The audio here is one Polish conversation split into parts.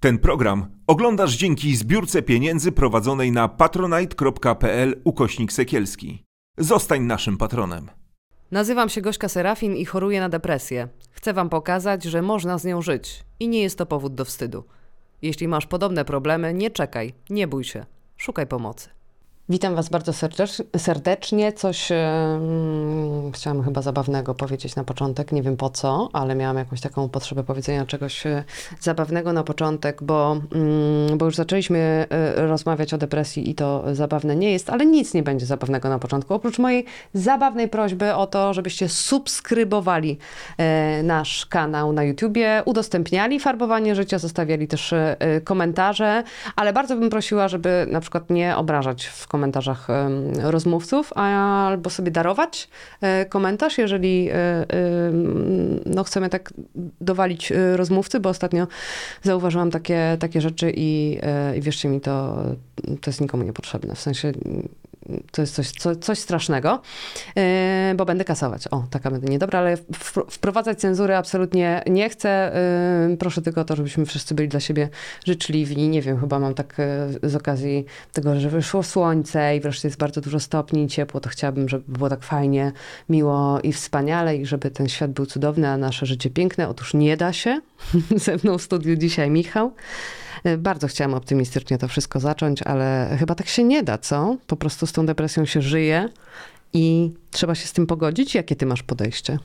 Ten program oglądasz dzięki zbiórce pieniędzy prowadzonej na patronite.pl/Sekielski. Zostań naszym patronem. Nazywam się Gośka Serafin i choruję na depresję. Chcę wam pokazać, że można z nią żyć i nie jest to powód do wstydu. Jeśli masz podobne problemy, nie czekaj, nie bój się, szukaj pomocy. Witam was bardzo serdecznie. Coś chciałam chyba zabawnego powiedzieć na początek. Nie wiem po co, ale miałam jakąś taką potrzebę powiedzenia czegoś zabawnego na początek, bo już zaczęliśmy rozmawiać o depresji i to zabawne nie jest, ale nic nie będzie zabawnego na początku. Oprócz mojej zabawnej prośby o to, żebyście subskrybowali nasz kanał na YouTubie, udostępniali farbowanie życia, zostawiali też komentarze, ale bardzo bym prosiła, żeby na przykład nie obrażać w komentarzach rozmówców, albo sobie darować komentarz, jeżeli chcemy tak dowalić rozmówcy, bo ostatnio zauważyłam takie rzeczy i wierzcie mi, to jest nikomu niepotrzebne. W sensie to jest coś strasznego, bo będę kasować. O, taka będę niedobra, ale wprowadzać cenzury absolutnie nie chcę. Proszę tylko o to, żebyśmy wszyscy byli dla siebie życzliwi. Nie wiem, chyba mam tak z okazji tego, że wyszło słońce i wreszcie jest bardzo dużo stopni i ciepło, to chciałabym, żeby było tak fajnie, miło i wspaniale i żeby ten świat był cudowny, a nasze życie piękne. Otóż nie da się. Ze mną w studiu dzisiaj Michał. Bardzo chciałam optymistycznie to wszystko zacząć, ale chyba tak się nie da, co? Po prostu z tą depresją się żyje i trzeba się z tym pogodzić. Jakie ty masz podejście?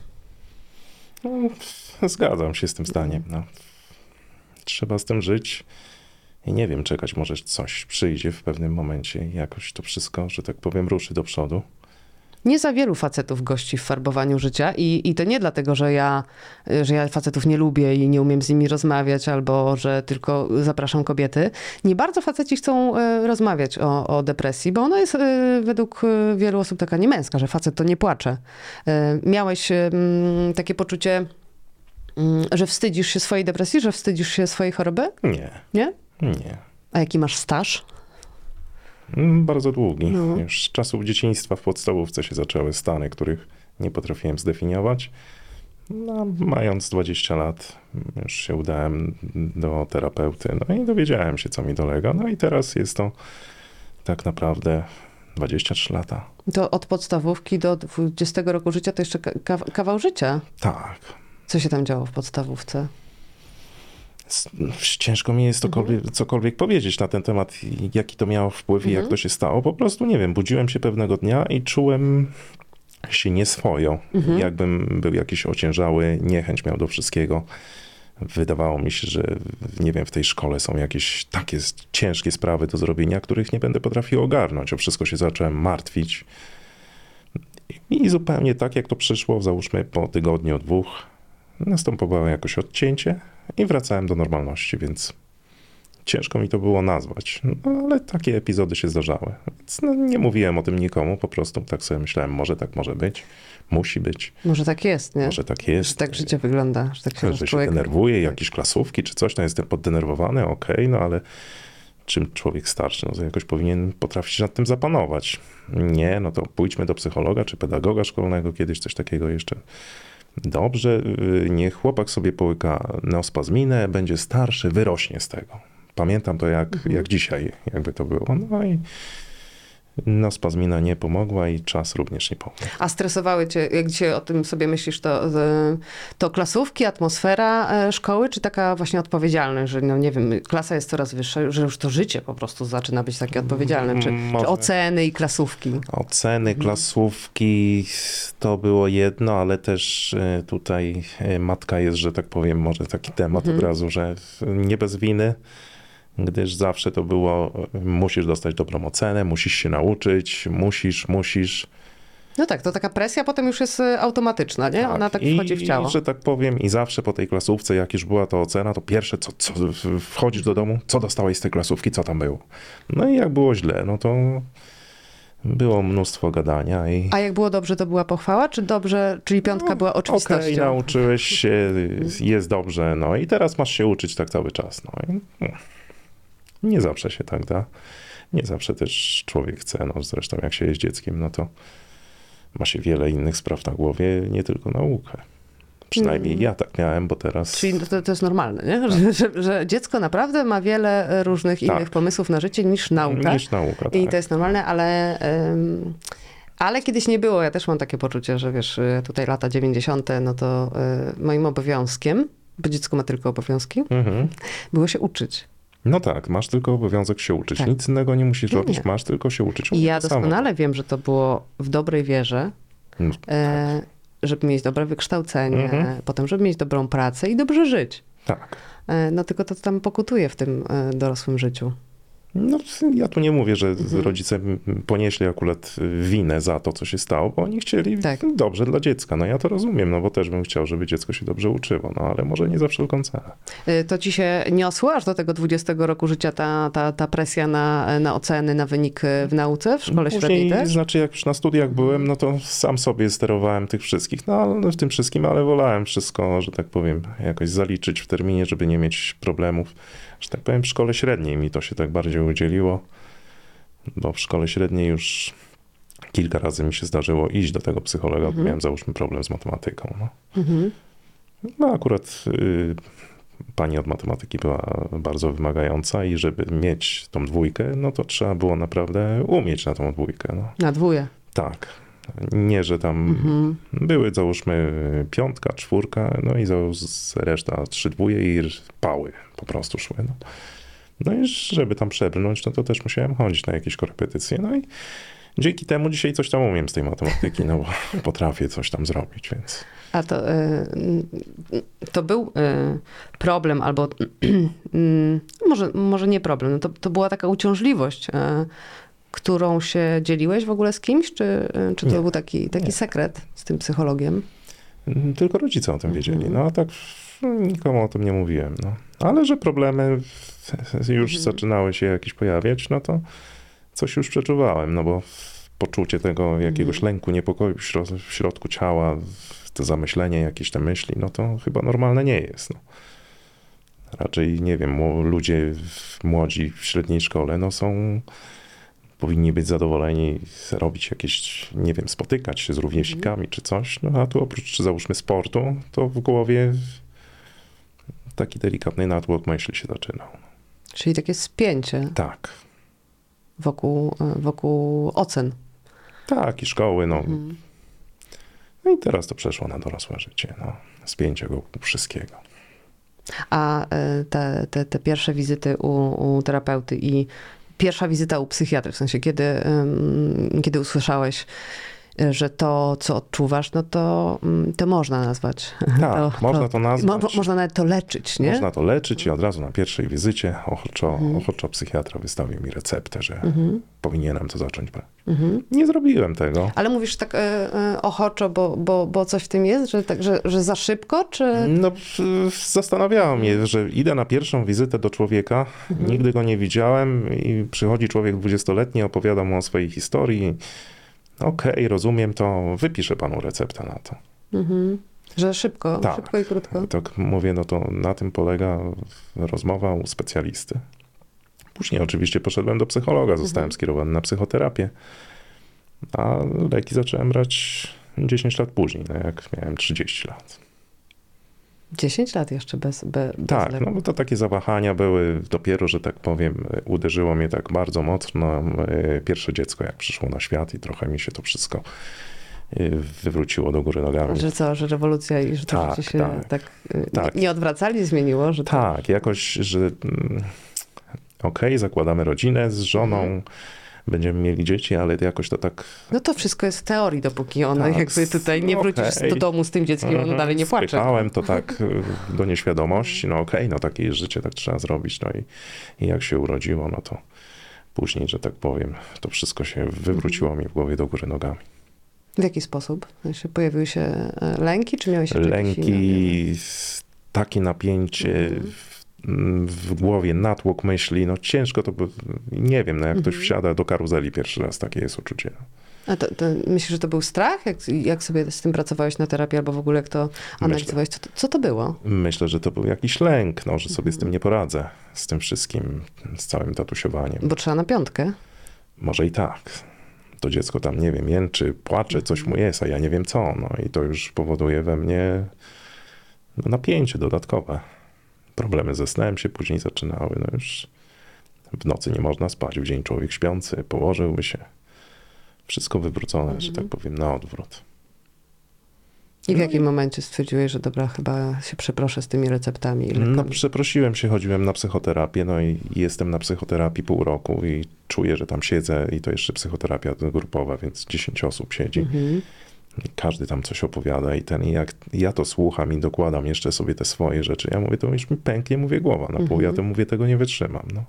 Zgadzam się z tym zdaniem. Trzeba z tym żyć i nie wiem, czekać, może coś przyjdzie w pewnym momencie i jakoś to wszystko, że tak powiem, ruszy do przodu. Nie za wielu facetów gości w farbowaniu życia i to nie dlatego, że ja facetów nie lubię i nie umiem z nimi rozmawiać, albo że tylko zapraszam kobiety. Nie bardzo faceci chcą rozmawiać o depresji, bo ona jest według wielu osób taka niemęska, że facet to nie płacze. Miałeś takie poczucie, że wstydzisz się swojej depresji, że wstydzisz się swojej choroby? Nie. Nie? Nie. A jaki masz staż? Bardzo długi. Już z czasów dzieciństwa w podstawówce się zaczęły stany, których nie potrafiłem zdefiniować. Mając 20 lat już się udałem do terapeuty, i dowiedziałem się, co mi dolega. I teraz jest to tak naprawdę 23 lata. To od podstawówki do 20 roku życia to jeszcze kawał życia. Tak. Co się tam działo w podstawówce? Ciężko mi jest cokolwiek powiedzieć na ten temat, jaki to miało wpływ i jak to się stało. Po prostu nie wiem, budziłem się pewnego dnia i czułem się nieswojo. Jakbym był jakiś ociężały, niechęć miał do wszystkiego. Wydawało mi się, że nie wiem, w tej szkole są jakieś takie ciężkie sprawy do zrobienia, których nie będę potrafił ogarnąć. O wszystko się zacząłem martwić. I zupełnie tak, jak to przyszło, załóżmy po tygodniu, 2, następowało jakoś odcięcie i wracałem do normalności, więc ciężko mi to było nazwać. Ale takie epizody się zdarzały. Więc nie mówiłem o tym nikomu, po prostu tak sobie myślałem, może tak może być, musi być. Może tak jest, nie? Może tak jest. Że tak życie wygląda. Że tak że się denerwuje, jakieś klasówki czy coś, jestem poddenerwowany, okej, ale czym człowiek starszy, to jakoś powinien potrafić nad tym zapanować. Nie, to pójdźmy do psychologa czy pedagoga szkolnego, kiedyś coś takiego jeszcze. Dobrze, niech chłopak sobie połyka neospazminę, będzie starszy, wyrośnie z tego. Pamiętam to jak dzisiaj, jakby to było. I neospazmina nie pomogła i czas również nie pomógł. A stresowały cię, jak dzisiaj o tym sobie myślisz, to klasówki, atmosfera szkoły, czy taka właśnie odpowiedzialność, że nie wiem, klasa jest coraz wyższa, że już to życie po prostu zaczyna być takie odpowiedzialne, czy oceny i klasówki? Oceny, klasówki to było jedno, ale też tutaj matka jest, że tak powiem, może taki temat od razu, że nie bez winy, gdyż zawsze to było, musisz dostać dobrą ocenę, musisz się nauczyć, musisz. No tak, to taka presja potem już jest automatyczna, nie? Tak. Ona tak wchodzi w ciało. I, że tak powiem, i zawsze po tej klasówce, jak już była to ocena, to pierwsze, co wchodzisz do domu, co dostałeś z tej klasówki, co tam było. I jak było źle, to było mnóstwo gadania. A jak było dobrze, to była pochwała, czy dobrze, czyli piątka była oczywistością? Okej, nauczyłeś się, jest dobrze, i teraz masz się uczyć tak cały czas. Nie zawsze się tak da. Nie zawsze też człowiek chce. Zresztą jak się jest dzieckiem, to ma się wiele innych spraw na głowie, nie tylko naukę. Przynajmniej ja tak miałem, bo teraz... Czyli to jest normalne, nie? Że dziecko naprawdę ma wiele różnych innych pomysłów na życie niż nauka. Niż nauka, tak. I to jest normalne, ale kiedyś nie było. Ja też mam takie poczucie, że wiesz, tutaj lata 90., no to moim obowiązkiem, bo dziecko ma tylko obowiązki, było się uczyć. No tak, masz tylko obowiązek się uczyć. Tak. Nic innego nie musisz robić, Nie. masz tylko się uczyć. I ja To samo. doskonale wiem, że to było w dobrej wierze, No, żeby mieć dobre wykształcenie, potem żeby mieć dobrą pracę i dobrze żyć. tak. No tylko to tam pokutuje w tym dorosłym życiu. No, ja tu nie mówię, że rodzice ponieśli akurat winę za to, co się stało, bo oni chcieli dobrze dla dziecka. No ja to rozumiem, no bo też bym chciał, żeby dziecko się dobrze uczyło, no ale może nie za wszelką cenę. To ci się niosło aż do tego 20 roku życia ta presja na oceny, na wynik w nauce w szkole średniej też? Znaczy jak już na studiach byłem, no to sam sobie sterowałem tych wszystkich, w tym wszystkim, ale wolałem wszystko, że tak powiem, jakoś zaliczyć w terminie, żeby nie mieć problemów. Że tak powiem, w szkole średniej mi to się tak bardziej udzieliło, bo w szkole średniej już kilka razy mi się zdarzyło iść do tego psychologa, bo miałem załóżmy problem z matematyką. No akurat pani od matematyki była bardzo wymagająca i żeby mieć tą dwójkę, no to trzeba było naprawdę umieć na tą dwójkę. No. Na dwóje. Tak. Nie, że tam były załóżmy 5, 4, no i reszta 3 dwóje i pały po prostu szły. No i żeby tam przebrnąć, no to też musiałem chodzić na jakieś korepetycje. No i dzięki temu dzisiaj coś tam umiem z tej matematyki, no bo potrafię coś tam zrobić, więc... A to był problem, albo może nie problem, no to była taka uciążliwość, którą się dzieliłeś w ogóle z kimś, czy to był taki sekret z tym psychologiem? Tylko rodzice o tym wiedzieli, no a tak nikomu o tym nie mówiłem, no. Ale że problemy już zaczynały się jakieś pojawiać, no to coś już przeczuwałem, no bo poczucie tego jakiegoś lęku, niepokoju w środku ciała, to zamyślenie, jakieś te myśli, no to chyba normalne nie jest, no. Raczej, nie wiem, ludzie młodzi w średniej szkole, no powinni być zadowoleni, robić jakieś, nie wiem, spotykać się z rówieśnikami czy coś, no a tu oprócz, załóżmy, sportu, to w głowie taki delikatny natłok myśli się zaczynał. Czyli takie spięcie. Tak. Wokół ocen. Tak, i szkoły, no. No i teraz to przeszło na dorosłe życie, no. Spięcie wokół wszystkiego. A te pierwsze wizyty u terapeuty i pierwsza wizyta u psychiatry, w sensie kiedy usłyszałeś, że to, co odczuwasz, no to można nazwać. Tak, można to nazwać. Można nawet to leczyć, nie? Można to leczyć i od razu na pierwszej wizycie ochoczo psychiatra wystawił mi receptę, że powinienem to zacząć brać. Nie zrobiłem tego. Ale mówisz tak ochoczo, bo coś w tym jest, że za szybko, czy... No, zastanawiało mnie, że idę na pierwszą wizytę do człowieka, nigdy go nie widziałem i przychodzi człowiek 20-letni, opowiada mu o swojej historii. Okej, rozumiem to, wypiszę panu receptę na to. Że szybko, tak. Szybko i krótko. Tak mówię, no to na tym polega rozmowa u specjalisty. Później oczywiście poszedłem do psychologa, zostałem skierowany na psychoterapię, a leki zacząłem brać 10 lat później, no jak miałem 30 lat. 10 lat jeszcze bez Tak, leku. no bo to takie zawahania były dopiero, że tak powiem, uderzyło mnie tak bardzo mocno pierwsze dziecko, jak przyszło na świat i trochę mi się to wszystko wywróciło do góry nogami. Że co, że rewolucja i że to życie się tak. Nie odwracali, zmieniło? Że tak, jakoś, że okej, zakładamy rodzinę z żoną, będziemy mieli dzieci, ale jakoś to tak... No to wszystko jest w teorii, dopóki jakby tutaj nie wrócisz do domu z tym dzieckiem, on dalej nie płacze. Spykałem to tak do nieświadomości, no okej, no takie jest życie, tak trzeba zrobić, no i jak się urodziło, no to później, że tak powiem, to wszystko się wywróciło mi w głowie do góry nogami. W jaki sposób? Pojawiły się lęki, czy miałeś jeszcze lęki, takie napięcie w głowie, natłok myśli, no ciężko to, nie wiem, no jak ktoś wsiada do karuzeli pierwszy raz, takie jest uczucie. A to myślisz, że to był strach? Jak sobie z tym pracowałeś na terapii, albo w ogóle jak to analizowałeś? Co to było? Myślę, że to był jakiś lęk, no, że sobie z tym nie poradzę, z tym wszystkim, z całym tatusiowaniem. Bo trzeba na piątkę. Może i tak. To dziecko tam, nie wiem, jęczy, płacze, coś mu jest, a ja nie wiem co, no i to już powoduje we mnie no, napięcie dodatkowe. Problemy ze snem się później zaczynały. No już w nocy nie można spać, w dzień człowiek śpiący, położyłby się. Wszystko wywrócone, że tak powiem, na odwrót. I w jakim momencie stwierdziłeś, że dobra, chyba się przeproszę z tymi receptami? I lekami? No przeprosiłem się, chodziłem na psychoterapię, no i jestem na psychoterapii pół roku i czuję, że tam siedzę i to jeszcze psychoterapia grupowa, więc 10 osób siedzi. I każdy tam coś opowiada i jak ja to słucham i dokładam jeszcze sobie te swoje rzeczy, ja mówię, to już mi pęknie, mówię, głowa na pół, ja to mówię, tego nie wytrzymam, no.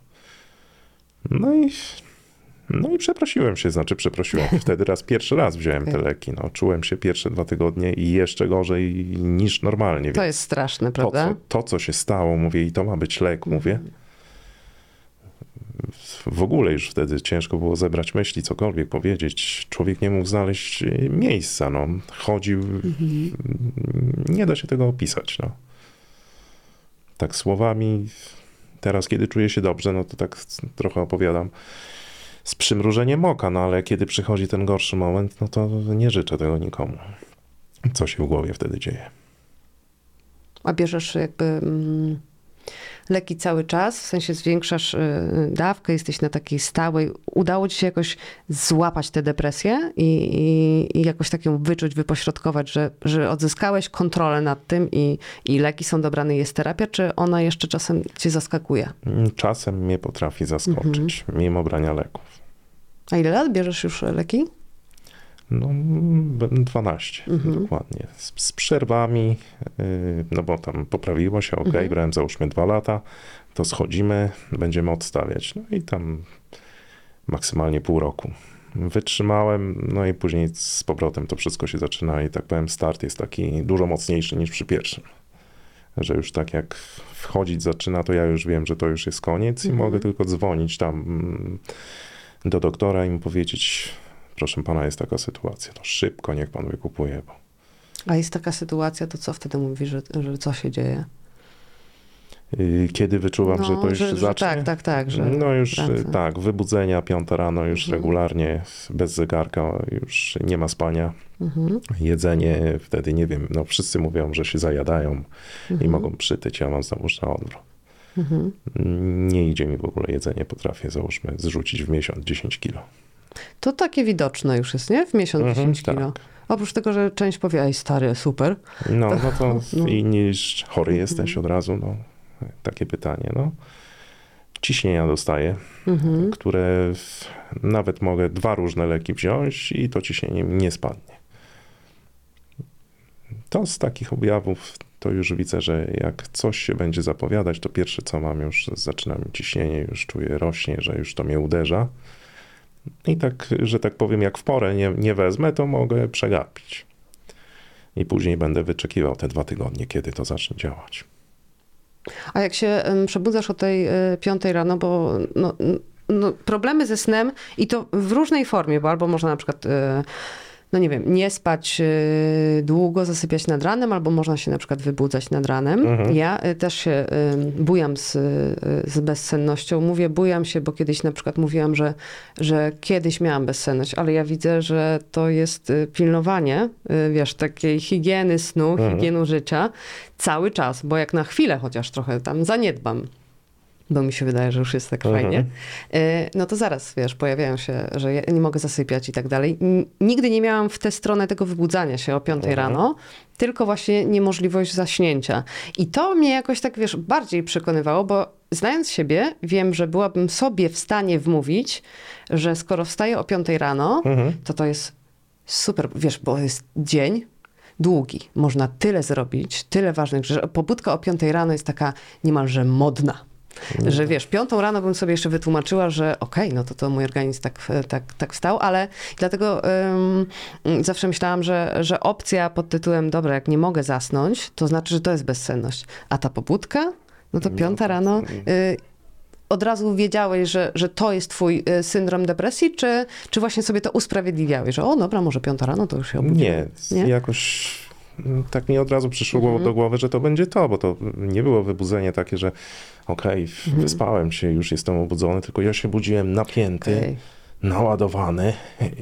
No i przeprosiłem się, wtedy pierwszy raz wziąłem te leki, no. Czułem się pierwsze 2 tygodnie i jeszcze gorzej niż normalnie. To jest straszne, prawda? To, co się stało, mówię, i to ma być lek, mówię. W ogóle już wtedy ciężko było zebrać myśli, cokolwiek powiedzieć. Człowiek nie mógł znaleźć miejsca, no. Chodził, nie da się tego opisać, no. Tak słowami, teraz kiedy czuję się dobrze, no to tak trochę opowiadam z przymrużeniem oka, no ale kiedy przychodzi ten gorszy moment, no to nie życzę tego nikomu. Co się w głowie wtedy dzieje? A bierzesz jakby leki cały czas, w sensie zwiększasz dawkę, jesteś na takiej stałej. Udało ci się jakoś złapać tę depresję i jakoś tak ją wyczuć, wypośrodkować, że odzyskałeś kontrolę nad tym i leki są dobrane, jest terapia, czy ona jeszcze czasem cię zaskakuje? Czasem mnie potrafi zaskoczyć, mimo brania leków. A ile lat bierzesz już leki? No, 12 dokładnie. Z przerwami, no bo tam poprawiło się, brałem załóżmy 2 lata, to schodzimy, będziemy odstawiać. No i tam maksymalnie pół roku. Wytrzymałem, no i później z powrotem to wszystko się zaczyna i tak powiem, start jest taki dużo mocniejszy niż przy pierwszym. Że już tak jak wchodzić zaczyna, to ja już wiem, że to już jest koniec i mogę tylko dzwonić tam do doktora i mu powiedzieć: proszę pana, jest taka sytuacja, to szybko niech pan wykupuje. Bo... A jest taka sytuacja, to co wtedy mówisz, że co się dzieje? Kiedy wyczuwam, że to już się zacznie? Tak. Że no już tak, wybudzenia, 5 rano już regularnie, bez zegarka, już nie ma spania. Jedzenie, wtedy nie wiem, no wszyscy mówią, że się zajadają i mogą przytyć, ja mam załóż na odwrót. Nie idzie mi w ogóle jedzenie, potrafię załóżmy zrzucić w miesiąc 10 kilo. To takie widoczne już jest, nie? W miesiąc 10 kilo. Tak. Oprócz tego, że część powie: ej stary, super. No to inni chory jesteś od razu, no. Takie pytanie, no. Ciśnienia dostaję, które nawet mogę 2 różne leki wziąć i to ciśnienie nie spadnie. To z takich objawów to już widzę, że jak coś się będzie zapowiadać, to pierwsze co mam, już zaczyna mi ciśnienie, już czuję, rośnie, że już to mnie uderza. I tak, że tak powiem, jak w porę nie wezmę, to mogę przegapić. I później będę wyczekiwał te 2 tygodnie, kiedy to zacznie działać. A jak się przebudzasz o tej 5 rano, bo problemy ze snem i to w różnej formie, bo albo można na przykład, no nie wiem, nie spać długo, zasypiać nad ranem, albo można się na przykład wybudzać nad ranem. Ja też się bujam z bezsennością. Mówię bujam się, bo kiedyś na przykład mówiłam, że kiedyś miałam bezsenność, ale ja widzę, że to jest pilnowanie, wiesz, takiej higieny snu, higienu życia cały czas, bo jak na chwilę chociaż trochę tam zaniedbam, bo mi się wydaje, że już jest tak fajnie, no to zaraz, wiesz, pojawiają się, że ja nie mogę zasypiać i tak dalej. Nigdy nie miałam w tę stronę tego wybudzania się o 5 rano, tylko właśnie niemożliwość zaśnięcia. I to mnie jakoś tak, wiesz, bardziej przekonywało, bo znając siebie, wiem, że byłabym sobie w stanie wmówić, że skoro wstaję o 5 rano, to jest super, wiesz, bo jest dzień długi. Można tyle zrobić, tyle ważnych rzeczy. Pobudka o 5 rano jest taka niemalże modna. Że wiesz, 5 rano bym sobie jeszcze wytłumaczyła, że okej, no to mój organizm tak wstał, ale dlatego zawsze myślałam, że opcja pod tytułem dobra, jak nie mogę zasnąć, to znaczy, że to jest bezsenność. A ta pobudka, no to 5 rano od razu wiedziałeś, że to jest twój syndrom depresji, czy właśnie sobie to usprawiedliwiałeś, że o dobra, może 5 rano to już się obudziłem? Nie, jakoś tak mi od razu przyszło do głowy, że to będzie to, bo to nie było wybudzenie takie, że wyspałem się, już jestem obudzony, tylko ja się budziłem napięty, naładowany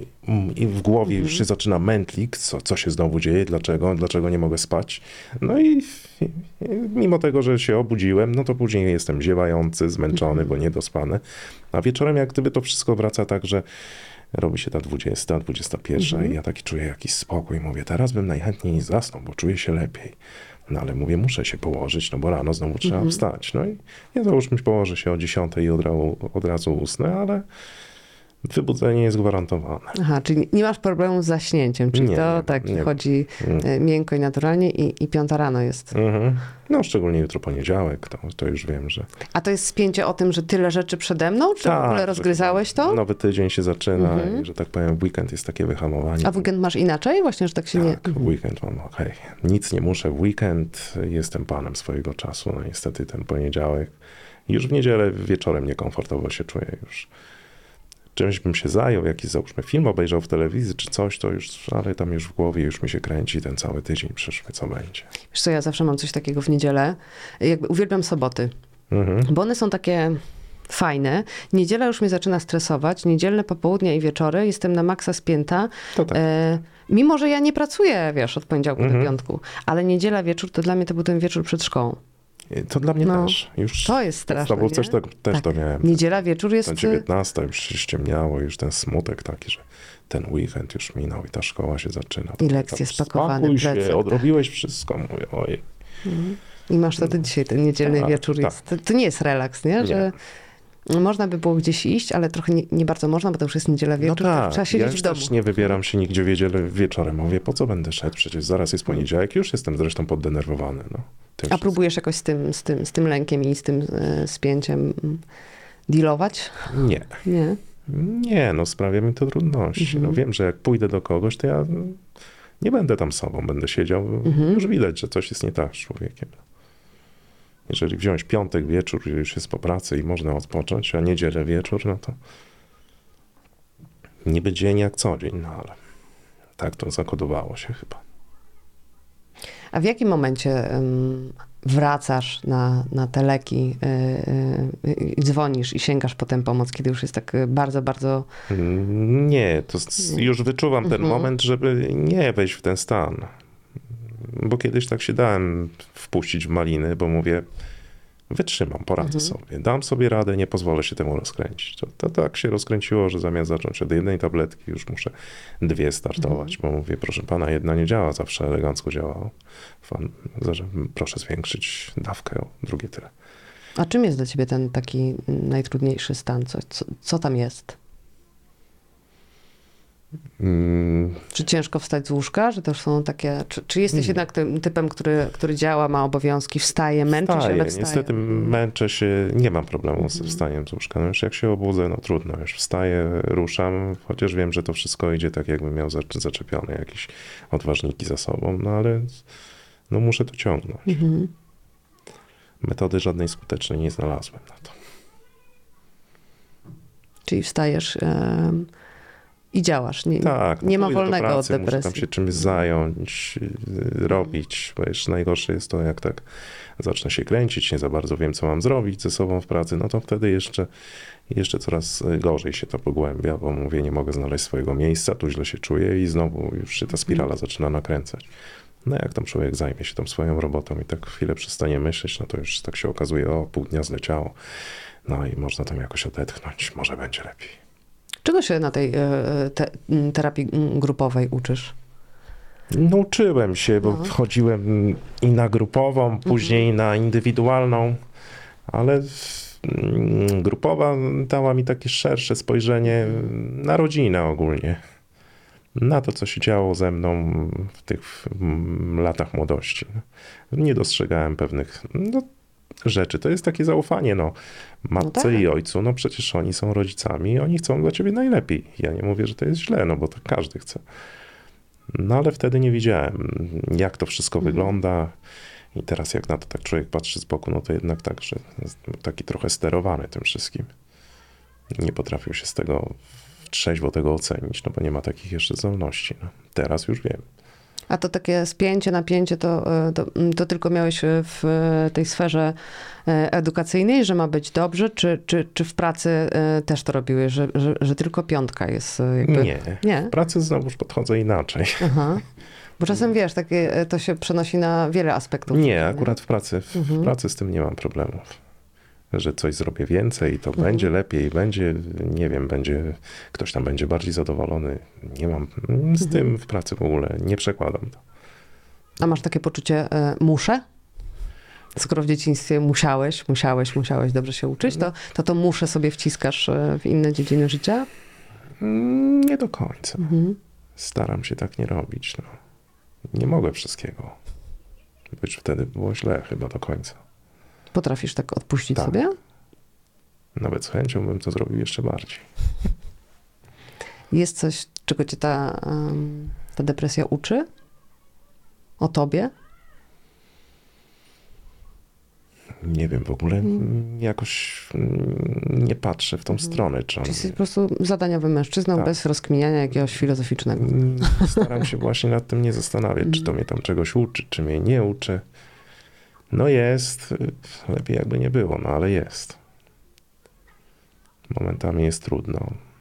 i w głowie już się zaczyna mętlik, co się znowu dzieje, dlaczego nie mogę spać. No i mimo tego, że się obudziłem, no to później jestem ziewający, zmęczony, bo niedospany. A wieczorem jak gdyby to wszystko wraca tak, że robi się ta 20, 21 i ja taki czuję jakiś spokój. Mówię, teraz bym najchętniej zasnął, bo czuję się lepiej. No ale mówię, muszę się położyć, no bo rano znowu trzeba wstać. No i ja załóżmy, położę się o 10 i od razu usnę, ale wybudzenie jest gwarantowane. Aha, czyli nie masz problemu z zaśnięciem, czyli Nie. chodzi miękko i naturalnie i 5 rano jest. No szczególnie jutro poniedziałek, to już wiem, że... A to jest spięcie o tym, że tyle rzeczy przede mną? Czy w ogóle rozgryzałeś to? Nowy tydzień się zaczyna i, że tak powiem, w weekend jest takie wyhamowanie. A w weekend masz inaczej? Właśnie, że tak się nie... Tak, w weekend mam okej. Nic nie muszę w weekend, jestem panem swojego czasu. No niestety ten poniedziałek. Już w niedzielę wieczorem niekomfortowo się czuję już. Czymś bym się zajął, jakiś załóżmy film obejrzał w telewizji czy coś, to już, ale tam już w głowie już mi się kręci ten cały tydzień przyszły, co będzie. Wiesz co, ja zawsze mam coś takiego w niedzielę. Jakby uwielbiam soboty, bo one są takie fajne. Niedziela już mnie zaczyna stresować. Niedzielne popołudnia i wieczory jestem na maksa spięta. To tak. Mimo, że ja nie pracuję, wiesz, od poniedziałku do piątku, ale niedziela wieczór to dla mnie to był ten wieczór przed szkołą. To dla mnie też. Już to jest straszne, też to miałem. Niedziela wieczór jest... Na 19 już się ściemniało, już ten smutek taki, że ten weekend już minął i ta szkoła się zaczyna. I lekcje spakowane, plecak. Się, odrobiłeś wszystko, mówię, oj. I masz to dzisiaj, ten niedzielny wieczór jest. To nie jest relaks, nie? Że można by było gdzieś iść, ale trochę nie bardzo można, bo to już jest niedziela wieczór, trzeba siedzieć w domu. Też nie wybieram się nigdzie w niedzielę wieczorem. Mówię, po co będę szedł? Przecież zaraz jest poniedziałek, już jestem zresztą poddenerwowany. No, a próbujesz jakoś z tym lękiem i z tym spięciem dealować? Nie. Nie? Nie, no sprawia mi to trudności. No wiem, że jak pójdę do kogoś, to ja nie będę tam sobą, będę siedział. Już widać, że coś jest nie tak z człowiekiem. Jeżeli wziąć piątek wieczór, już jest po pracy i można odpocząć, a niedzielę wieczór, no to niby dzień jak co dzień, no ale tak to zakodowało się chyba. A w jakim momencie wracasz na te leki i dzwonisz i sięgasz po tę pomoc, kiedy już jest tak bardzo, bardzo... Nie, to już wyczuwam ten moment, żeby nie wejść w ten stan. Bo kiedyś tak się dałem wpuścić w maliny, bo mówię, wytrzymam, poradzę sobie, dam sobie radę, nie pozwolę się temu rozkręcić. To tak się rozkręciło, że zamiast zacząć od jednej tabletki, już muszę 2 startować, bo mówię, proszę pana, jedna nie działa, zawsze elegancko działało. Proszę zwiększyć dawkę o drugie tyle. A czym jest dla ciebie ten taki najtrudniejszy stan? Co tam jest? Czy ciężko wstać z łóżka? Że też są takie... Czy jesteś jednak tym typem, który działa, ma obowiązki, wstaje, męczy się, ale wstaje? Niestety męczę się, nie mam problemu z wstaniem z łóżka. No już jak się obudzę, no trudno, już wstaję, ruszam, chociaż wiem, że to wszystko idzie tak, jakbym miał zaczepione jakieś odważniki za sobą, no ale no muszę to ciągnąć. Metody żadnej skutecznej nie znalazłem na to. Czyli wstajesz... I działasz. Nie ma wolnego do od pracy, depresji. Muszę tam się czymś zająć, robić, bo jeszcze najgorsze jest to, jak tak zacznę się kręcić, nie za bardzo wiem, co mam zrobić ze sobą w pracy, no to wtedy jeszcze coraz gorzej się to pogłębia, bo mówię, nie mogę znaleźć swojego miejsca, tu źle się czuję i znowu już się ta spirala zaczyna nakręcać. No jak tam człowiek zajmie się tą swoją robotą i tak chwilę przestanie myśleć, no to już tak się okazuje, pół dnia zleciało, no i można tam jakoś odetchnąć, może będzie lepiej. Czego się na tej terapii grupowej uczysz? No, uczyłem się, bo wchodziłem i na grupową, później na indywidualną, ale grupowa dała mi takie szersze spojrzenie na rodzinę ogólnie. Na to, co się działo ze mną w tych latach młodości. Nie dostrzegałem pewnych rzeczy. To jest takie zaufanie, matce i ojcu, przecież oni są rodzicami i oni chcą dla ciebie najlepiej. Ja nie mówię, że to jest źle, bo tak każdy chce. No ale wtedy nie widziałem, jak to wszystko wygląda i teraz jak na to tak człowiek patrzy z boku, no to jednak tak, że taki trochę sterowany tym wszystkim. Nie potrafił się z tego trzeźwo tego ocenić, bo nie ma takich jeszcze zdolności. Teraz już wiem. A to takie spięcie, napięcie, to tylko miałeś w tej sferze edukacyjnej, że ma być dobrze, czy w pracy też to robiłeś, że tylko piątka jest jakby... Nie. W pracy znowuż podchodzę inaczej. Aha. Bo czasem wiesz, to się przenosi na wiele aspektów. Nie, akurat w pracy z tym nie mam problemów. Że coś zrobię więcej, to będzie lepiej, nie wiem, ktoś tam będzie bardziej zadowolony. Nie mam z tym w pracy w ogóle, nie przekładam to. A masz takie poczucie, muszę? Skoro w dzieciństwie musiałeś dobrze się uczyć, to muszę sobie wciskasz w inne dziedziny życia? Nie do końca. Staram się tak nie robić. No. Nie mogę wszystkiego. Być wtedy było źle chyba do końca. Potrafisz tak odpuścić Tak. sobie? Nawet z chęcią bym to zrobił jeszcze bardziej. Jest coś, czego cię ta depresja uczy? O tobie? Nie wiem, w ogóle jakoś nie patrzę w tą stronę. Czyli jesteś po prostu zadaniowym mężczyzną Tak. bez rozkminiania jakiegoś filozoficznego. Staram się właśnie nad tym nie zastanawiać, czy to mnie tam czegoś uczy, czy mnie nie uczy. No jest, lepiej jakby nie było, no ale jest. Momentami jest trudno.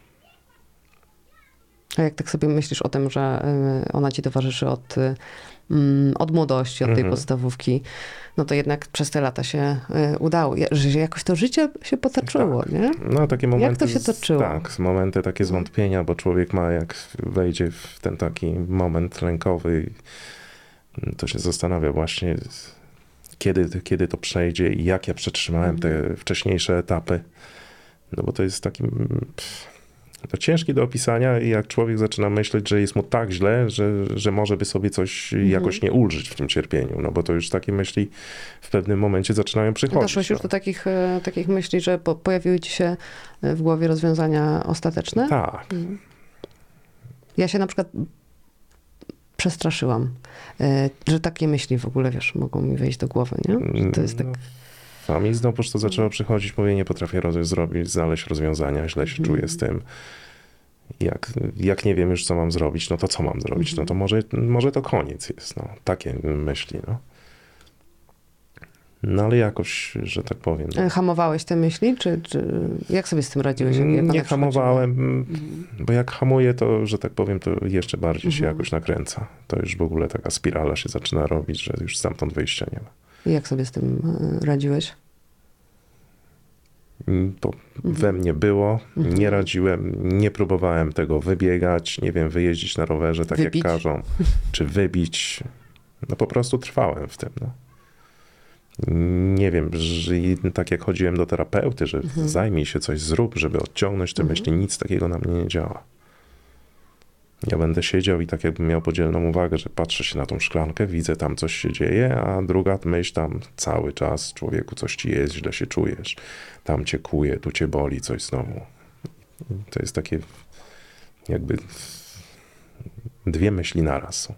A jak tak sobie myślisz o tym, że ona ci towarzyszy od młodości, od tej podstawówki, no to jednak przez te lata się udało, że jakoś to życie się potoczyło, Tak. nie? No takie momenty. Jak to się toczyło? Tak, momenty takie zwątpienia, bo człowiek ma, jak wejdzie w ten taki moment lękowy, to się zastanawia właśnie, kiedy to przejdzie i jak ja przetrzymałem te wcześniejsze etapy. No bo to jest taki... To ciężki do opisania i jak człowiek zaczyna myśleć, że jest mu tak źle, że może by sobie coś jakoś nie ulżyć w tym cierpieniu, no bo to już takie myśli w pewnym momencie zaczynają przychodzić. Doszłeś już do takich myśli, że pojawiły ci się w głowie rozwiązania ostateczne? Tak. Ja się na przykład przestraszyłam, że takie myśli w ogóle, wiesz, mogą mi wejść do głowy, nie? Że to jest tak... A mi znowuż to zaczęło przychodzić, mówię, nie potrafię znaleźć rozwiązania, źle się czuję z tym. Jak nie wiem już, co mam zrobić, no to co mam zrobić? No to może to koniec jest, no. Takie myśli, no. No ale jakoś, że tak powiem. No. Hamowałeś te myśli, czy jak sobie z tym radziłeś? Jak nie hamowałem, bo jak hamuję, to, że tak powiem, to jeszcze bardziej się jakoś nakręca. To już w ogóle taka spirala się zaczyna robić, że już stamtąd wyjścia nie ma. I jak sobie z tym radziłeś? To we mnie było, nie radziłem, nie próbowałem tego wybiegać, nie wiem, wyjeździć na rowerze tak Wybić? jak każą, czy wybić. No po prostu trwałem w tym, no. Nie wiem, że tak jak chodziłem do terapeuty, że zajmij się, coś zrób, żeby odciągnąć te myśli, nic takiego na mnie nie działa. Ja będę siedział i tak jakbym miał podzielną uwagę, że patrzę się na tą szklankę, widzę tam coś się dzieje, a druga myśl tam cały czas, człowieku, coś ci jest, źle się czujesz, tam cię kuje, tu cię boli, coś znowu. To jest takie jakby dwie myśli naraz są.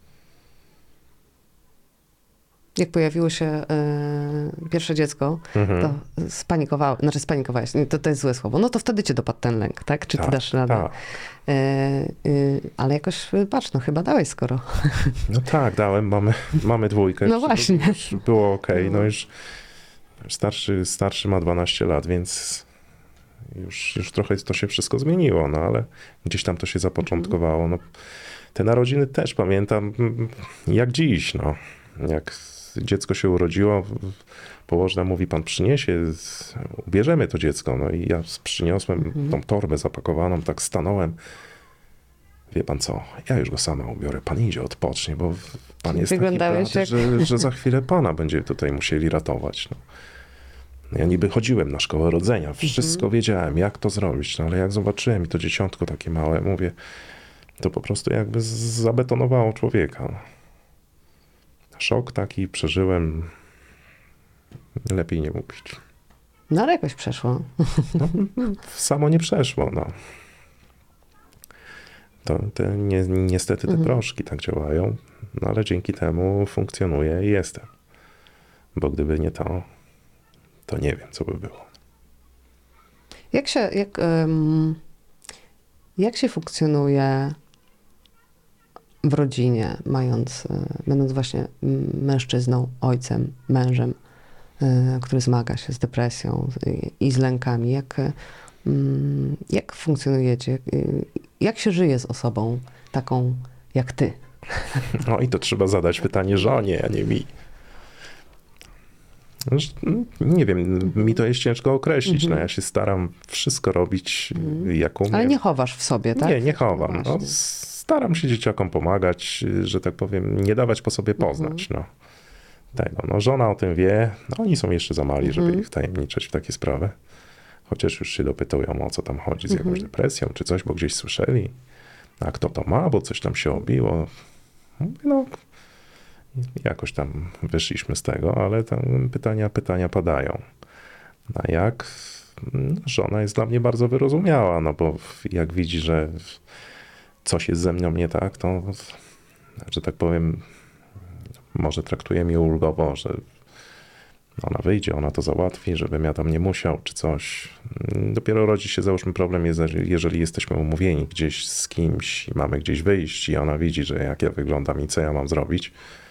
Jak pojawiło się pierwsze dziecko, to spanikowałeś, to jest złe słowo, no to wtedy cię dopadł ten lęk, tak? Czy ty dasz radę? Tak. Ale jakoś, patrz, no chyba dałeś skoro. No tak, dałem, mamy dwójkę. No właśnie. Już było okej, no już starszy ma 12 lat, więc już trochę to się wszystko zmieniło, no ale gdzieś tam to się zapoczątkowało. No, te narodziny też pamiętam jak dziś, no. Jak dziecko się urodziło, położna mówi, pan przyniesie, ubierzemy to dziecko. No i ja przyniosłem tą torbę zapakowaną, tak stanąłem. Wie pan co, ja już go sama ubiorę, pan idzie, odpocznie, bo pan jest taki brat, że za chwilę pana będzie tutaj musieli ratować. No. Ja niby chodziłem na szkołę rodzenia, wszystko wiedziałem, jak to zrobić, no ale jak zobaczyłem i to dzieciątko takie małe, mówię, to po prostu jakby zabetonowało człowieka. No. Szok taki przeżyłem, lepiej nie mówić. No ale jakoś przeszło. No, samo nie przeszło, no. Niestety te proszki tak działają, no ale dzięki temu funkcjonuję i jestem. Bo gdyby nie to nie wiem, co by było. Jak się funkcjonuje w rodzinie, będąc właśnie mężczyzną, ojcem, mężem, który zmaga się z depresją i z lękami. Jak funkcjonujecie? Jak się żyje z osobą taką jak ty? No i to trzeba zadać pytanie żonie, a nie mi. Nie wiem, mi to jest ciężko określić. No ja się staram wszystko robić, jak umiem. Ale nie chowasz w sobie, tak? Nie chowam. No No, właśnie. staram się dzieciakom pomagać, że tak powiem, nie dawać po sobie poznać. No. No, żona o tym wie. No, oni są jeszcze za mali, żeby ich wtajemniczać w takie sprawy. Chociaż już się dopytują, o co tam chodzi, z jakąś depresją czy coś, bo gdzieś słyszeli. A kto to ma, bo coś tam się obiło. Mówię, no, jakoś tam wyszliśmy z tego, ale tam pytania padają. A jak? Żona jest dla mnie bardzo wyrozumiała, no bo jak widzi, że coś jest ze mną nie tak, to, że tak powiem, może traktuje mnie ulgowo, że ona wyjdzie, ona to załatwi, żebym ja tam nie musiał, czy coś. Dopiero rodzi się, załóżmy, problem, jeżeli jesteśmy umówieni gdzieś z kimś i mamy gdzieś wyjść i ona widzi, że jak ja wyglądam i co ja mam zrobić,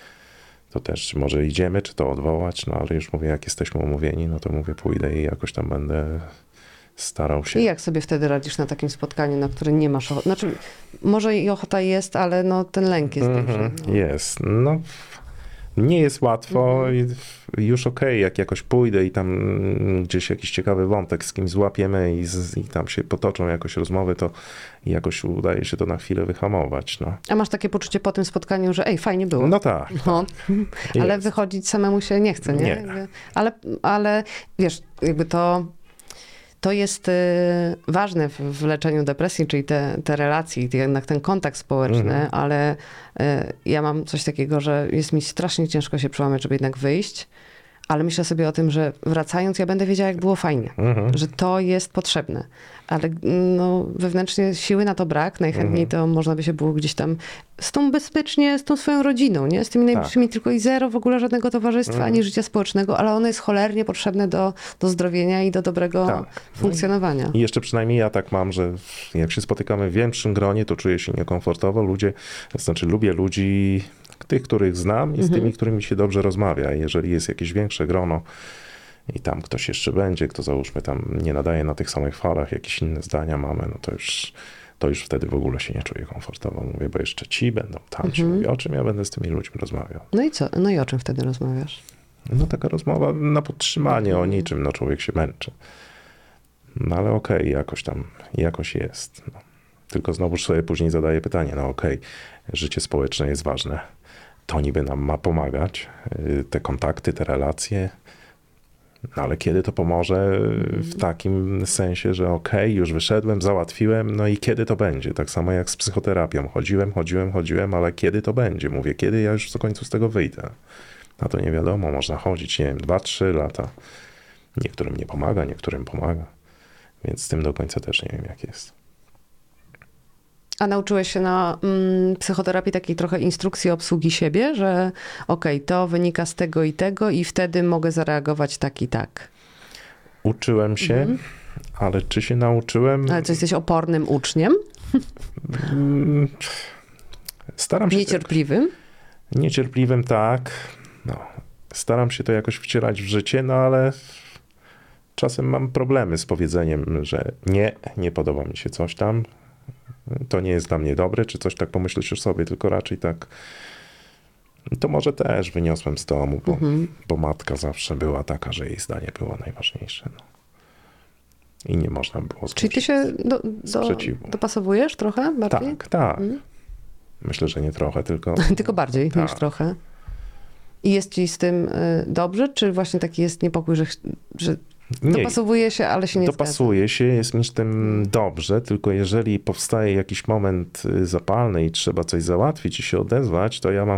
to też czy może idziemy, czy to odwołać, no ale już mówię, jak jesteśmy umówieni, no to mówię, pójdę i jakoś tam będę starał się. I jak sobie wtedy radzisz na takim spotkaniu, na które nie masz ochoty? Znaczy, może i ochota jest, ale no, ten lęk jest duży. No. Jest. No, nie jest łatwo. I już okej, jak jakoś pójdę i tam gdzieś jakiś ciekawy wątek z kimś złapiemy i tam się potoczą jakoś rozmowy, to jakoś udaje się to na chwilę wyhamować. No, A masz takie poczucie po tym spotkaniu, że fajnie było? no tak. No, ale Jest. wychodzić samemu się nie chce, nie? Nie. Jakby, ale wiesz, jakby to jest ważne w leczeniu depresji, czyli te relacje, jednak ten kontakt społeczny, ale ja mam coś takiego, że jest mi strasznie ciężko się przełamać, żeby jednak wyjść, ale myślę sobie o tym, że wracając ja będę wiedziała, jak było fajnie, że to jest potrzebne, ale no, wewnętrznie siły na to brak, najchętniej to można by się było gdzieś tam bezpiecznie z tą swoją rodziną, nie? Z tymi najbliższymi, tylko i zero w ogóle żadnego towarzystwa, ani życia społecznego, ale ono jest cholernie potrzebne do zdrowienia i do dobrego funkcjonowania. I jeszcze przynajmniej ja tak mam, że jak się spotykamy w większym gronie, to czuję się niekomfortowo. Lubię ludzi, tych, których znam i z tymi, którymi się dobrze rozmawia. Jeżeli jest jakieś większe grono i tam ktoś jeszcze będzie, kto załóżmy tam nie nadaje na tych samych falach, jakieś inne zdania mamy, no to już wtedy w ogóle się nie czuję komfortowo. Mówię, bo jeszcze ci będą tamci. Mówię, o czym ja będę z tymi ludźmi rozmawiał. No i co? No i o czym wtedy rozmawiasz? No taka rozmowa na podtrzymanie o niczym, no człowiek się męczy. No ale okej, jakoś jest. No. Tylko znowuż sobie później zadaję pytanie, no okej, życie społeczne jest ważne. To niby nam ma pomagać, te kontakty, te relacje, no ale kiedy to pomoże w takim sensie, że okej, już wyszedłem, załatwiłem, no i kiedy to będzie? Tak samo jak z psychoterapią. Chodziłem, ale kiedy to będzie? Mówię, kiedy ja już w końcu z tego wyjdę? A to nie wiadomo, można chodzić, nie wiem, 2-3 lata. Niektórym nie pomaga, niektórym pomaga. Więc z tym do końca też nie wiem, jak jest. A nauczyłeś się na psychoterapii takiej trochę instrukcji obsługi siebie, że to wynika z tego i wtedy mogę zareagować tak i tak. Uczyłem się, ale czy się nauczyłem? Ale co, jesteś opornym uczniem? Staram się. Niecierpliwym? Niecierpliwym, tak. No, staram się to jakoś wcierać w życie, no ale czasem mam problemy z powiedzeniem, że nie podoba mi się coś tam. To nie jest dla mnie dobre, czy coś tak pomyśleć o sobie, tylko raczej tak. To może też wyniosłem z domu, bo matka zawsze była taka, że jej zdanie było najważniejsze. No. I nie można było Czyli ty się sprzeciwu. dopasowujesz trochę bardziej? Tak. Myślę, że nie trochę, tylko... Tylko bardziej niż trochę. I jest ci z tym dobrze, czy właśnie taki jest niepokój, że dopasowuje się, ale się nie dopasuje się, jest mi z tym dobrze, tylko jeżeli powstaje jakiś moment zapalny i trzeba coś załatwić i się odezwać, to ja mam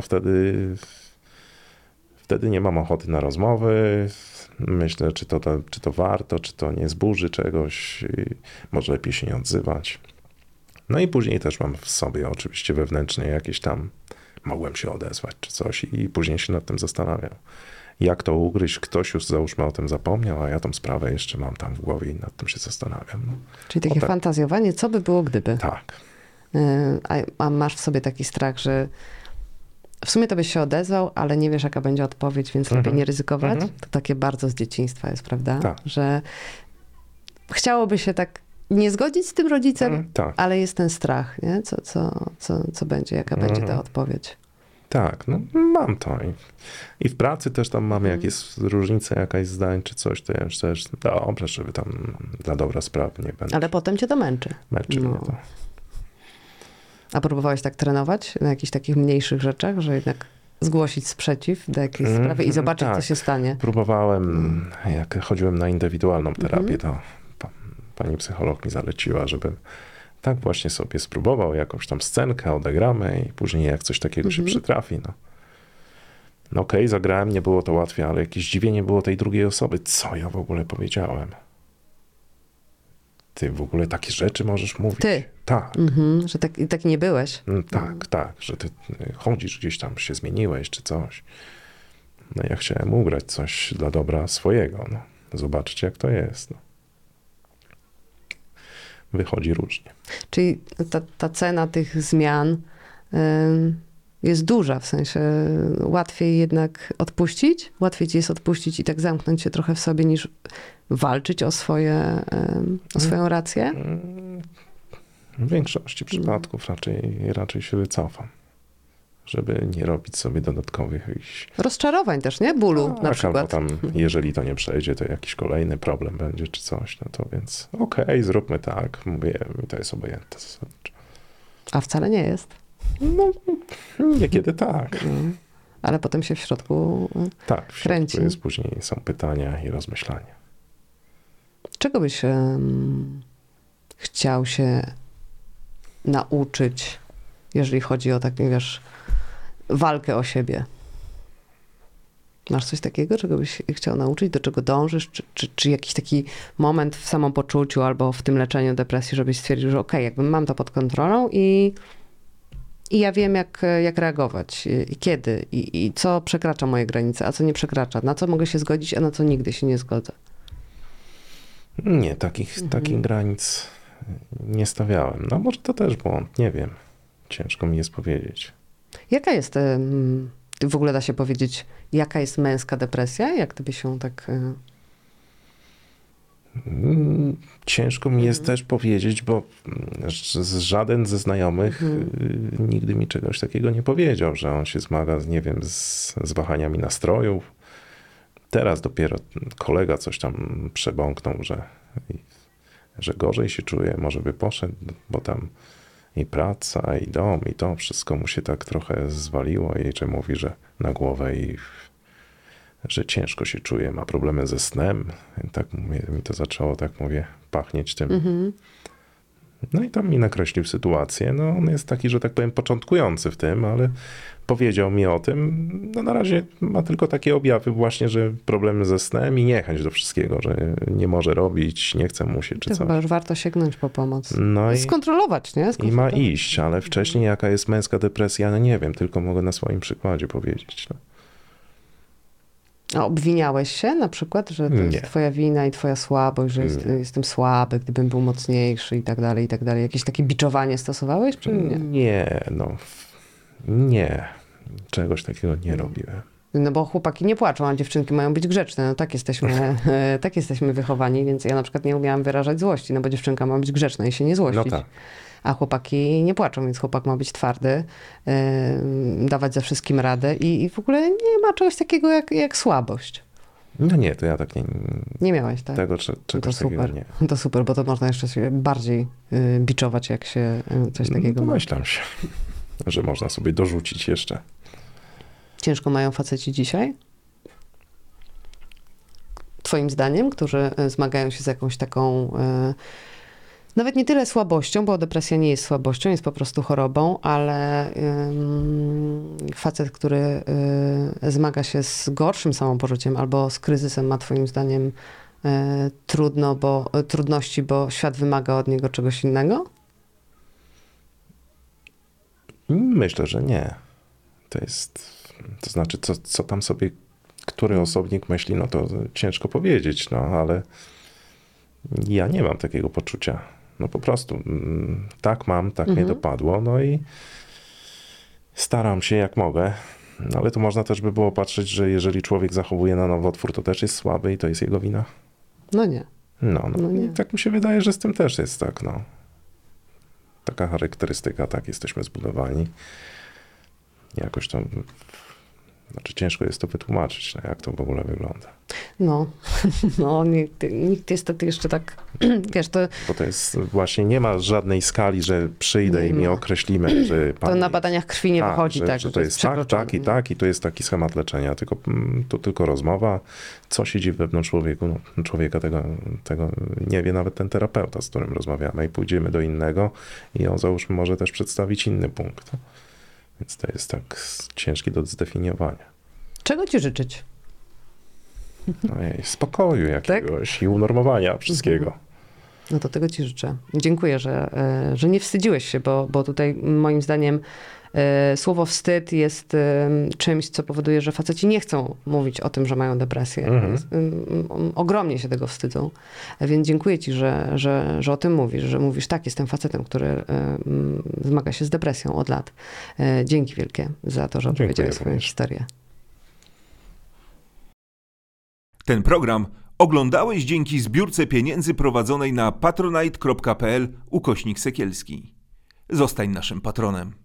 wtedy nie mam ochoty na rozmowy. Myślę, czy to warto, czy to nie zburzy czegoś. Może lepiej się nie odzywać. No i później też mam w sobie oczywiście wewnętrznie jakieś tam mogłem się odezwać czy coś i później się nad tym zastanawiam. Jak to ugryźć? Ktoś już załóżmy o tym zapomniał, a ja tą sprawę jeszcze mam tam w głowie i nad tym się zastanawiam. No. Czyli takie fantazjowanie, co by było gdyby? Tak. a masz w sobie taki strach, że w sumie to byś się odezwał, ale nie wiesz, jaka będzie odpowiedź, więc lepiej nie ryzykować. To takie bardzo z dzieciństwa jest, prawda? Tak. Że chciałoby się tak nie zgodzić z tym rodzicem, Tak. ale jest ten strach, nie? Co będzie, jaka będzie ta odpowiedź. Tak, no mam to. I w pracy też tam mamy, jak jest różnica jakaś zdań czy coś, to ja już też dobrze, żeby tam dla dobra sprawy nie będę. Ale potem cię to męczy. Męczy mnie to. A próbowałeś tak trenować na jakichś takich mniejszych rzeczach, że jednak zgłosić sprzeciw do jakiejś sprawy i zobaczyć, co się stanie? Próbowałem, jak chodziłem na indywidualną terapię, to pani psycholog mi zaleciła, żebym tak właśnie sobie spróbował jakąś tam scenkę, odegramy i później jak coś takiego się przytrafi, no okej, zagrałem, nie było to łatwe, ale jakieś zdziwienie było tej drugiej osoby. Co ja w ogóle powiedziałem? Ty w ogóle takie rzeczy możesz mówić? Ty? Tak. Że taki nie byłeś? Tak, że ty chodzisz gdzieś tam, się zmieniłeś czy coś. No ja chciałem ugrać coś dla dobra swojego, no. Zobaczcie, jak to jest, no. Wychodzi różnie. Czyli ta cena tych zmian jest duża, w sensie łatwiej jednak odpuścić? Łatwiej ci jest odpuścić i tak zamknąć się trochę w sobie, niż walczyć o swoją rację? W większości przypadków raczej się wycofam, żeby nie robić sobie dodatkowych jakichś... Rozczarowań też, nie? Bólu na przykład. Albo tam, jeżeli to nie przejdzie, to jakiś kolejny problem będzie czy coś, no to więc okej, zróbmy tak. Mówię, mi to jest obojętne. A wcale nie jest. No, niekiedy tak. Ale potem się w środku Tak, w kręci. środku jest później są pytania i rozmyślania. Czego byś chciał się nauczyć, jeżeli chodzi o taką, wiesz, walkę o siebie? Masz coś takiego, czego byś chciał nauczyć, do czego dążysz? Czy jakiś taki moment w samopoczuciu albo w tym leczeniu depresji, żebyś stwierdził, że okej, jakby mam to pod kontrolą i ja wiem, jak reagować i kiedy i co przekracza moje granice, a co nie przekracza, na co mogę się zgodzić, a na co nigdy się nie zgodzę. Nie, takich granic nie stawiałem. No może to też błąd, nie wiem. Ciężko mi jest powiedzieć. Jaka jest, w ogóle da się powiedzieć, jaka jest męska depresja? Jak ty byś się tak... Ciężko mi jest też powiedzieć, bo żaden ze znajomych nigdy mi czegoś takiego nie powiedział, że on się zmaga, nie wiem, z wahaniami nastrojów. Teraz dopiero kolega coś tam przebąknął, że gorzej się czuje, może by poszedł, bo tam i praca, i dom, i to wszystko mu się tak trochę zwaliło i że mówi, że na głowę i że ciężko się czuje, ma problemy ze snem. I tak mi to zaczęło, tak mówię, pachnieć tym. No i tam mi nakreślił sytuację. No on jest taki, że tak powiem, początkujący w tym, ale powiedział mi o tym. No na razie ma tylko takie objawy właśnie, że problemy ze snem i niechęć do wszystkiego, że nie może robić, nie chce mu się czy To coś. chyba już warto sięgnąć po pomoc. No i Skontrolować, nie? I ma iść, ale wcześniej jaka jest męska depresja, no nie wiem, tylko mogę na swoim przykładzie powiedzieć. No. A obwiniałeś się na przykład, że to Nie. jest twoja wina i twoja słabość, że jestem słaby, gdybym był mocniejszy i tak dalej, i tak dalej. Jakieś takie biczowanie stosowałeś, czy nie? Nie. Czegoś takiego nie robiłem. No bo chłopaki nie płaczą, a dziewczynki mają być grzeczne. No tak jesteśmy wychowani, więc ja na przykład nie umiałam wyrażać złości, no bo dziewczynka ma być grzeczna i się nie złościć. No tak. A chłopaki nie płaczą, więc chłopak ma być twardy, dawać ze wszystkim radę i w ogóle nie ma czegoś takiego jak słabość. No nie, to ja tak Nie miałeś, tak? tego czegoś takiego super. nie. To super, bo to można jeszcze się bardziej biczować, jak się coś takiego ma. Domyślam się, że można sobie dorzucić jeszcze. Ciężko mają faceci dzisiaj? Twoim zdaniem, którzy zmagają się z jakąś taką, nawet nie tyle słabością, bo depresja nie jest słabością, jest po prostu chorobą, ale facet, który zmaga się z gorszym samopoczuciem albo z kryzysem, ma twoim zdaniem trudności, bo świat wymaga od niego czegoś innego? Myślę, że nie. To znaczy, co tam sobie który osobnik myśli, no to ciężko powiedzieć, no ale ja nie mam takiego poczucia, No po prostu tak mam, tak mnie dopadło, no i staram się jak mogę. No ale tu można też by było patrzeć, że jeżeli człowiek zachowuje na nowotwór, to też jest słaby i to jest jego wina. No nie. No nie. i tak mi się wydaje, że z tym też jest tak, no. Taka charakterystyka, tak jesteśmy zbudowani. Jakoś to, znaczy ciężko jest to wytłumaczyć, no, jak to w ogóle wygląda. No, nikt niestety jeszcze tak, wiesz, to Bo to jest właśnie, nie ma żadnej skali, że przyjdę Nie i mi ma. określimy, że to na badaniach krwi nie wychodzi, tak, że to jest tak i to jest taki schemat leczenia, to tylko rozmowa, co siedzi wewnątrz człowieku, no, człowieka tego nie wie nawet ten terapeuta, z którym rozmawiamy i pójdziemy do innego i on załóżmy może też przedstawić inny punkt. Więc to jest tak ciężkie do zdefiniowania. Czego ci życzyć? Spokoju jakiegoś i unormowania wszystkiego. No to tego ci życzę. Dziękuję, że nie wstydziłeś się, bo tutaj moim zdaniem słowo wstyd jest czymś, co powoduje, że faceci nie chcą mówić o tym, że mają depresję. Ogromnie się tego wstydzą. Więc dziękuję ci, że o tym mówisz, że mówisz, tak, jestem facetem, który zmaga się z depresją od lat. Dzięki wielkie za to, że opowiedziałeś swoją historię. Ten program oglądałeś dzięki zbiórce pieniędzy prowadzonej na patronite.pl/Sekielski. Zostań naszym patronem.